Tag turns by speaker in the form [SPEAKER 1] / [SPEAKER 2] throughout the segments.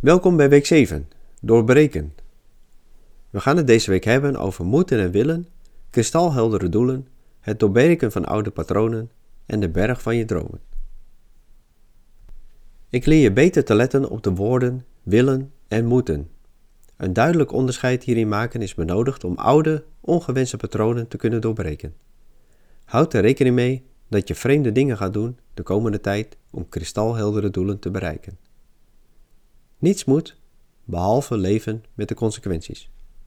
[SPEAKER 1] Welkom bij week 7, doorbreken. We gaan het deze week hebben over moeten en willen, kristalheldere doelen, het doorbreken van oude patronen en de berg van je dromen. Ik leer je beter te letten op de woorden willen en moeten. Een duidelijk onderscheid hierin maken is benodigd om oude, ongewenste patronen te kunnen doorbreken. Houd er rekening mee dat je vreemde dingen gaat doen de komende tijd om kristalheldere doelen te bereiken. Niets moet, behalve leven met de consequenties.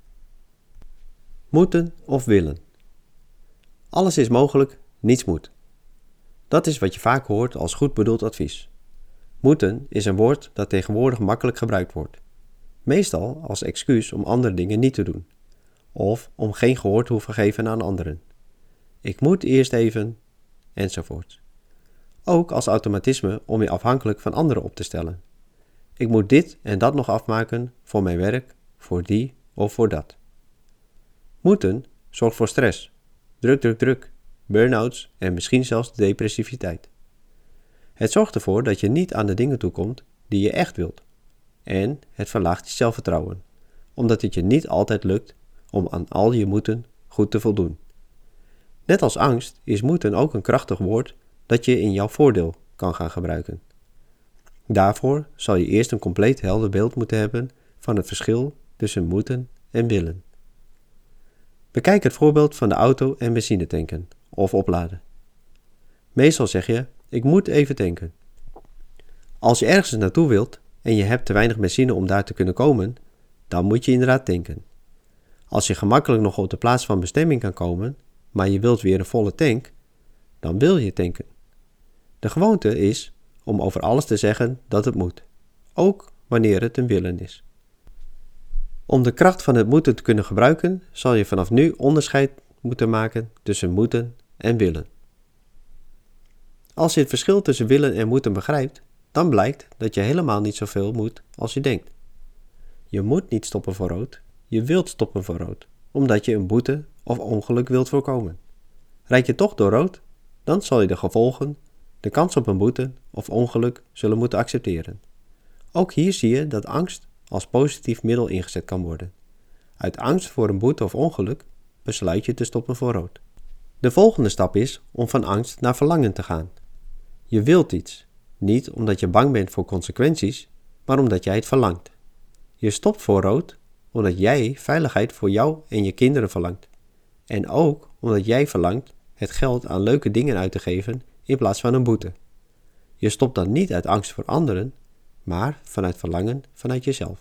[SPEAKER 1] Moeten of willen. Alles is mogelijk, niets moet. Dat is wat je vaak hoort als goed bedoeld advies. Moeten is een woord dat tegenwoordig makkelijk gebruikt wordt. Meestal als excuus om andere dingen niet te doen. Of om geen gehoor te hoeven geven aan anderen. Ik moet eerst even, enzovoort. Ook als automatisme om je afhankelijk van anderen op te stellen. Ik moet dit en dat nog afmaken voor mijn werk, voor die of voor dat. Moeten zorgt voor stress, druk, burn-outs en misschien zelfs depressiviteit. Het zorgt ervoor dat je niet aan de dingen toekomt die je echt wilt. En het verlaagt je zelfvertrouwen, omdat het je niet altijd lukt om aan al je moeten goed te voldoen. Net als angst is moeten ook een krachtig woord dat je in jouw voordeel kan gaan gebruiken. Daarvoor zal je eerst een compleet helder beeld moeten hebben van het verschil tussen moeten en willen. Bekijk het voorbeeld van de auto en benzine tanken of opladen. Meestal zeg je, ik moet even tanken. Als je ergens naartoe wilt en je hebt te weinig benzine om daar te kunnen komen, dan moet je inderdaad tanken. Als je gemakkelijk nog op de plaats van bestemming kan komen, maar je wilt weer een volle tank, dan wil je tanken. De gewoonte is om over alles te zeggen dat het moet, ook wanneer het een willen is. Om de kracht van het moeten te kunnen gebruiken, zal je vanaf nu onderscheid moeten maken tussen moeten en willen. Als je het verschil tussen willen en moeten begrijpt, dan blijkt dat je helemaal niet zoveel moet als je denkt. Je moet niet stoppen voor rood, je wilt stoppen voor rood, omdat je een boete of ongeluk wilt voorkomen. Rijd je toch door rood, dan zal je de gevolgen, de kans op een boete of ongeluk zullen moeten accepteren. Ook hier zie je dat angst als positief middel ingezet kan worden. Uit angst voor een boete of ongeluk besluit je te stoppen voor rood. De volgende stap is om van angst naar verlangen te gaan. Je wilt iets, niet omdat je bang bent voor consequenties, maar omdat jij het verlangt. Je stopt voor rood omdat jij veiligheid voor jou en je kinderen verlangt. En ook omdat jij verlangt het geld aan leuke dingen uit te geven in plaats van een boete. Je stopt dan niet uit angst voor anderen, maar vanuit verlangen vanuit jezelf.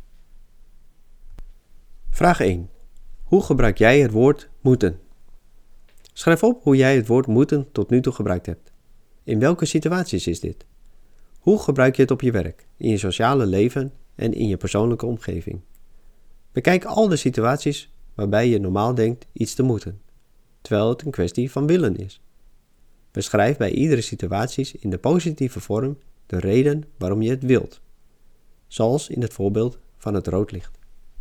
[SPEAKER 1] Vraag 1. Hoe gebruik jij het woord moeten? Schrijf op hoe jij het woord moeten tot nu toe gebruikt hebt. In welke situaties is dit? Hoe gebruik je het op je werk, in je sociale leven en in je persoonlijke omgeving? Bekijk al de situaties waarbij je normaal denkt iets te moeten, terwijl het een kwestie van willen is. Beschrijf bij iedere situatie in de positieve vorm de reden waarom je het wilt, zoals in het voorbeeld van het rood licht.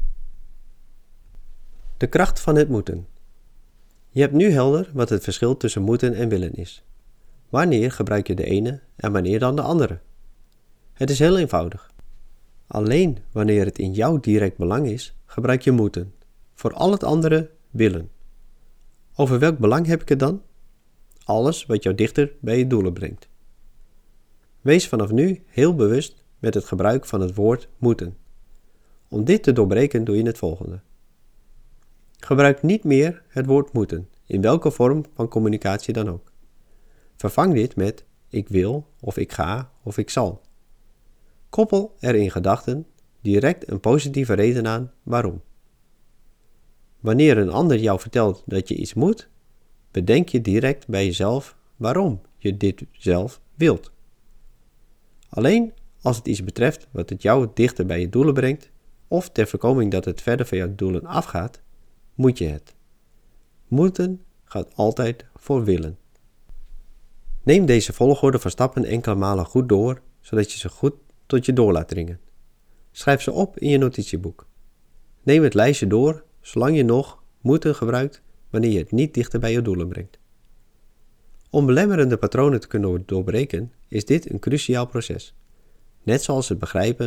[SPEAKER 1] De kracht van het moeten. Je hebt nu helder wat het verschil tussen moeten en willen is. Wanneer gebruik je de ene en wanneer dan de andere? Het is heel eenvoudig. Alleen wanneer het in jouw direct belang is, gebruik je moeten. Voor al het andere willen. Over welk belang heb ik het dan? Alles wat jou dichter bij je doelen brengt. Wees vanaf nu heel bewust met het gebruik van het woord moeten. Om dit te doorbreken doe je het volgende. Gebruik niet meer het woord moeten, in welke vorm van communicatie dan ook. Vervang dit met ik wil, of ik ga, of ik zal. Koppel er in gedachten direct een positieve reden aan waarom. Wanneer een ander jou vertelt dat je iets moet, bedenk je direct bij jezelf waarom je dit zelf wilt. Alleen als het iets betreft wat het jou dichter bij je doelen brengt, of ter voorkoming dat het verder van jouw doelen afgaat, moet je het. Moeten gaat altijd voor willen. Neem deze volgorde van stappen enkele malen goed door, zodat je ze goed tot je door laat dringen. Schrijf ze op in je notitieboek. Neem het lijstje door, zolang je nog moeten gebruikt, wanneer je het niet dichter bij je doelen brengt. Om belemmerende patronen te kunnen doorbreken, is dit een cruciaal proces. Net zoals het begrijpen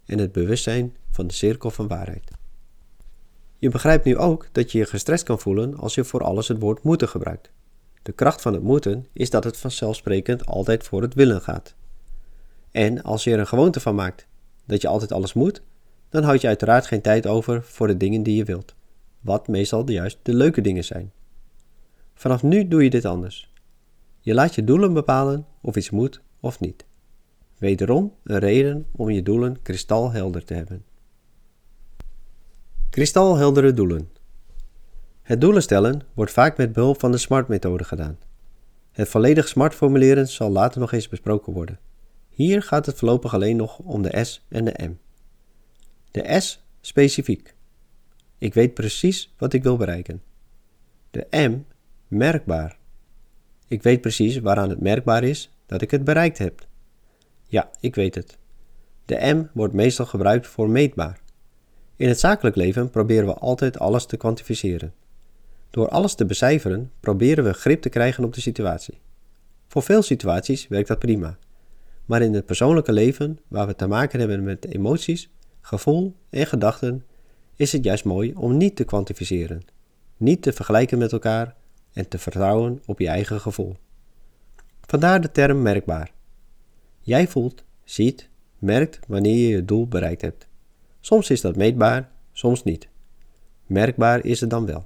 [SPEAKER 1] en het bewustzijn van de cirkel van waarheid. Je begrijpt nu ook dat je je gestrest kan voelen als je voor alles het woord moeten gebruikt. De kracht van het moeten is dat het vanzelfsprekend altijd voor het willen gaat. En als je er een gewoonte van maakt dat je altijd alles moet, dan houd je uiteraard geen tijd over voor de dingen die je wilt, wat meestal juist de leuke dingen zijn. Vanaf nu doe je dit anders. Je laat je doelen bepalen of iets moet of niet. Wederom een reden om je doelen kristalhelder te hebben. Kristalheldere doelen. Het doelen stellen wordt vaak met behulp van de SMART-methode gedaan. Het volledig SMART formuleren zal later nog eens besproken worden. Hier gaat het voorlopig alleen nog om de S en de M. De S specifiek. Ik weet precies wat ik wil bereiken. De M merkbaar. Ik weet precies waaraan het merkbaar is dat ik het bereikt heb. Ja, ik weet het. De M wordt meestal gebruikt voor meetbaar. In het zakelijk leven proberen we altijd alles te kwantificeren. Door alles te becijferen proberen we grip te krijgen op de situatie. Voor veel situaties werkt dat prima. Maar in het persoonlijke leven, waar we te maken hebben met emoties, gevoel en gedachten, is het juist mooi om niet te kwantificeren, niet te vergelijken met elkaar en te vertrouwen op je eigen gevoel. Vandaar de term merkbaar. Jij voelt, ziet, merkt wanneer je je doel bereikt hebt. Soms is dat meetbaar, soms niet. Merkbaar is het dan wel.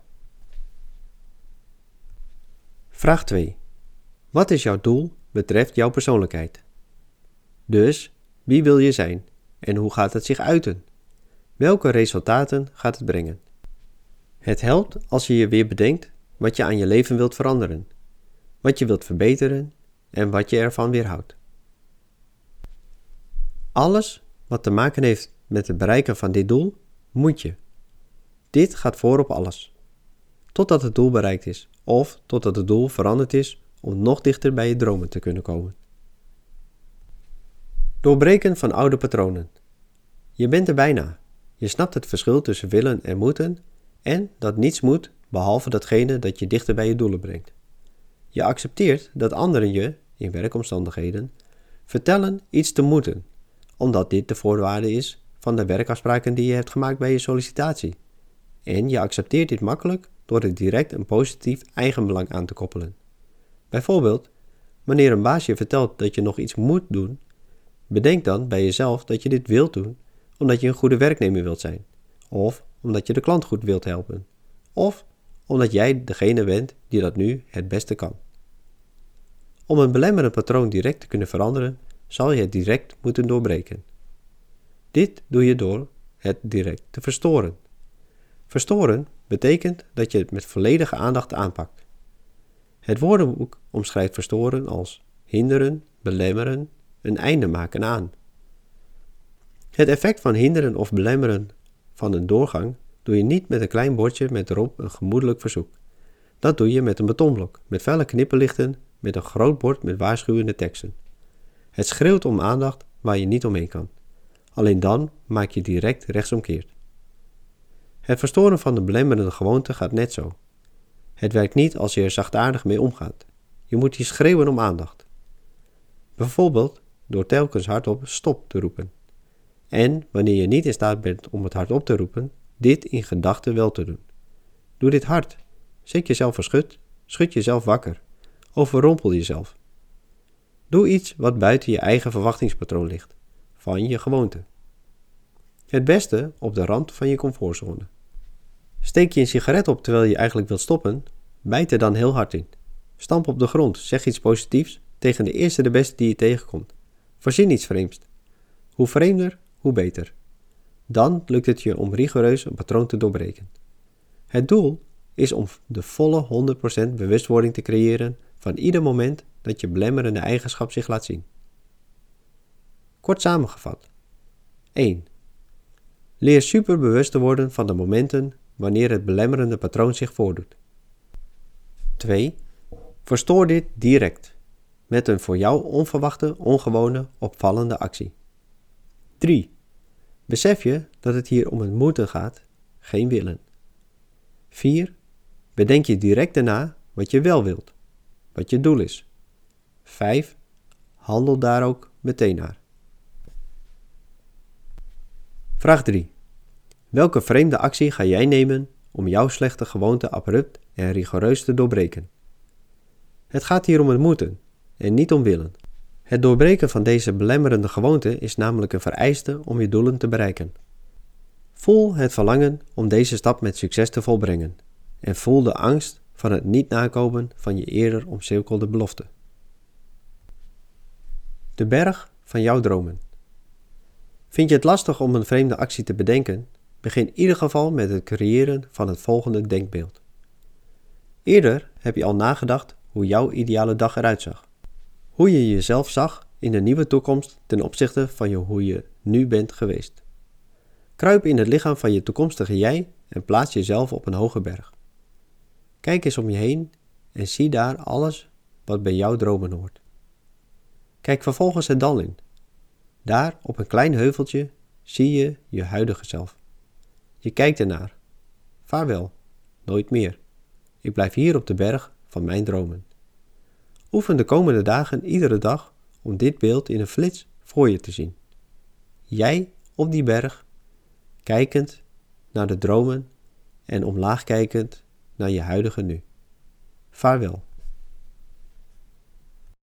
[SPEAKER 1] Vraag 2. Wat is jouw doel betreft jouw persoonlijkheid? Dus, wie wil je zijn en hoe gaat het zich uiten? Welke resultaten gaat het brengen? Het helpt als je je weer bedenkt wat je aan je leven wilt veranderen, wat je wilt verbeteren en wat je ervan weerhoudt. Alles wat te maken heeft met het bereiken van dit doel, moet je. Dit gaat voor op alles. Totdat het doel bereikt is of totdat het doel veranderd is om nog dichter bij je dromen te kunnen komen. Doorbreken van oude patronen. Je bent er bijna. Je snapt het verschil tussen willen en moeten en dat niets moet behalve datgene dat je dichter bij je doelen brengt. Je accepteert dat anderen je, in werkomstandigheden, vertellen iets te moeten, omdat dit de voorwaarde is van de werkafspraken die je hebt gemaakt bij je sollicitatie. En je accepteert dit makkelijk door er direct een positief eigenbelang aan te koppelen. Bijvoorbeeld, wanneer een baas je vertelt dat je nog iets moet doen, bedenk dan bij jezelf dat je dit wilt doen omdat je een goede werknemer wilt zijn, of omdat je de klant goed wilt helpen, of omdat jij degene bent die dat nu het beste kan. Om een belemmerend patroon direct te kunnen veranderen, zal je het direct moeten doorbreken. Dit doe je door het direct te verstoren. Verstoren betekent dat je het met volledige aandacht aanpakt. Het woordenboek omschrijft verstoren als hinderen, belemmeren, een einde maken aan. Het effect van hinderen of belemmeren van een doorgang doe je niet met een klein bordje met erop een gemoedelijk verzoek. Dat doe je met een betonblok, met felle knipperlichten, met een groot bord met waarschuwende teksten. Het schreeuwt om aandacht waar je niet omheen kan. Alleen dan maak je direct rechtsomkeert. Het verstoren van de belemmerende gewoonte gaat net zo. Het werkt niet als je er zachtaardig mee omgaat. Je moet hier schreeuwen om aandacht. Bijvoorbeeld door telkens hardop stop te roepen. En wanneer je niet in staat bent om het hardop te roepen, dit in gedachten wel te doen. Doe dit hard. Zet jezelf verschut, schud jezelf wakker. Overrompel jezelf. Doe iets wat buiten je eigen verwachtingspatroon ligt, van je gewoonte. Het beste op de rand van je comfortzone. Steek je een sigaret op terwijl je eigenlijk wilt stoppen, bijt er dan heel hard in. Stamp op de grond, zeg iets positiefs tegen de eerste de beste die je tegenkomt. Verzin iets vreemds. Hoe vreemder, hoe beter. Dan lukt het je om rigoureus een patroon te doorbreken. Het doel is om de volle 100% bewustwording te creëren van ieder moment dat je belemmerende eigenschap zich laat zien. Kort samengevat. 1. Leer superbewust te worden van de momenten wanneer het belemmerende patroon zich voordoet. 2. Verstoor dit direct, met een voor jou onverwachte, ongewone, opvallende actie. 3. Besef je dat het hier om het moeten gaat, geen willen. 4. Bedenk je direct daarna wat je wel wilt, wat je doel is. 5. Handel daar ook meteen naar. Vraag 3. Welke vreemde actie ga jij nemen om jouw slechte gewoonte abrupt en rigoureus te doorbreken? Het gaat hier om het moeten en niet om willen. Het doorbreken van deze belemmerende gewoonte is namelijk een vereiste om je doelen te bereiken. Voel het verlangen om deze stap met succes te volbrengen en voel de angst van het niet nakomen van je eerder omcirkelde belofte. De berg van jouw dromen. Vind je het lastig om een vreemde actie te bedenken? Begin in ieder geval met het creëren van het volgende denkbeeld. Eerder heb je al nagedacht hoe jouw ideale dag eruit zag. Hoe je jezelf zag in de nieuwe toekomst ten opzichte van hoe je nu bent geweest. Kruip in het lichaam van je toekomstige jij en plaats jezelf op een hoge berg. Kijk eens om je heen en zie daar alles wat bij jouw dromen hoort. Kijk vervolgens het dal in. Daar op een klein heuveltje zie je je huidige zelf. Je kijkt ernaar. Vaarwel, nooit meer. Ik blijf hier op de berg van mijn dromen. Oefen de komende dagen iedere dag om dit beeld in een flits voor je te zien. Jij op die berg, kijkend naar de dromen en omlaag kijkend naar je huidige nu. Vaarwel.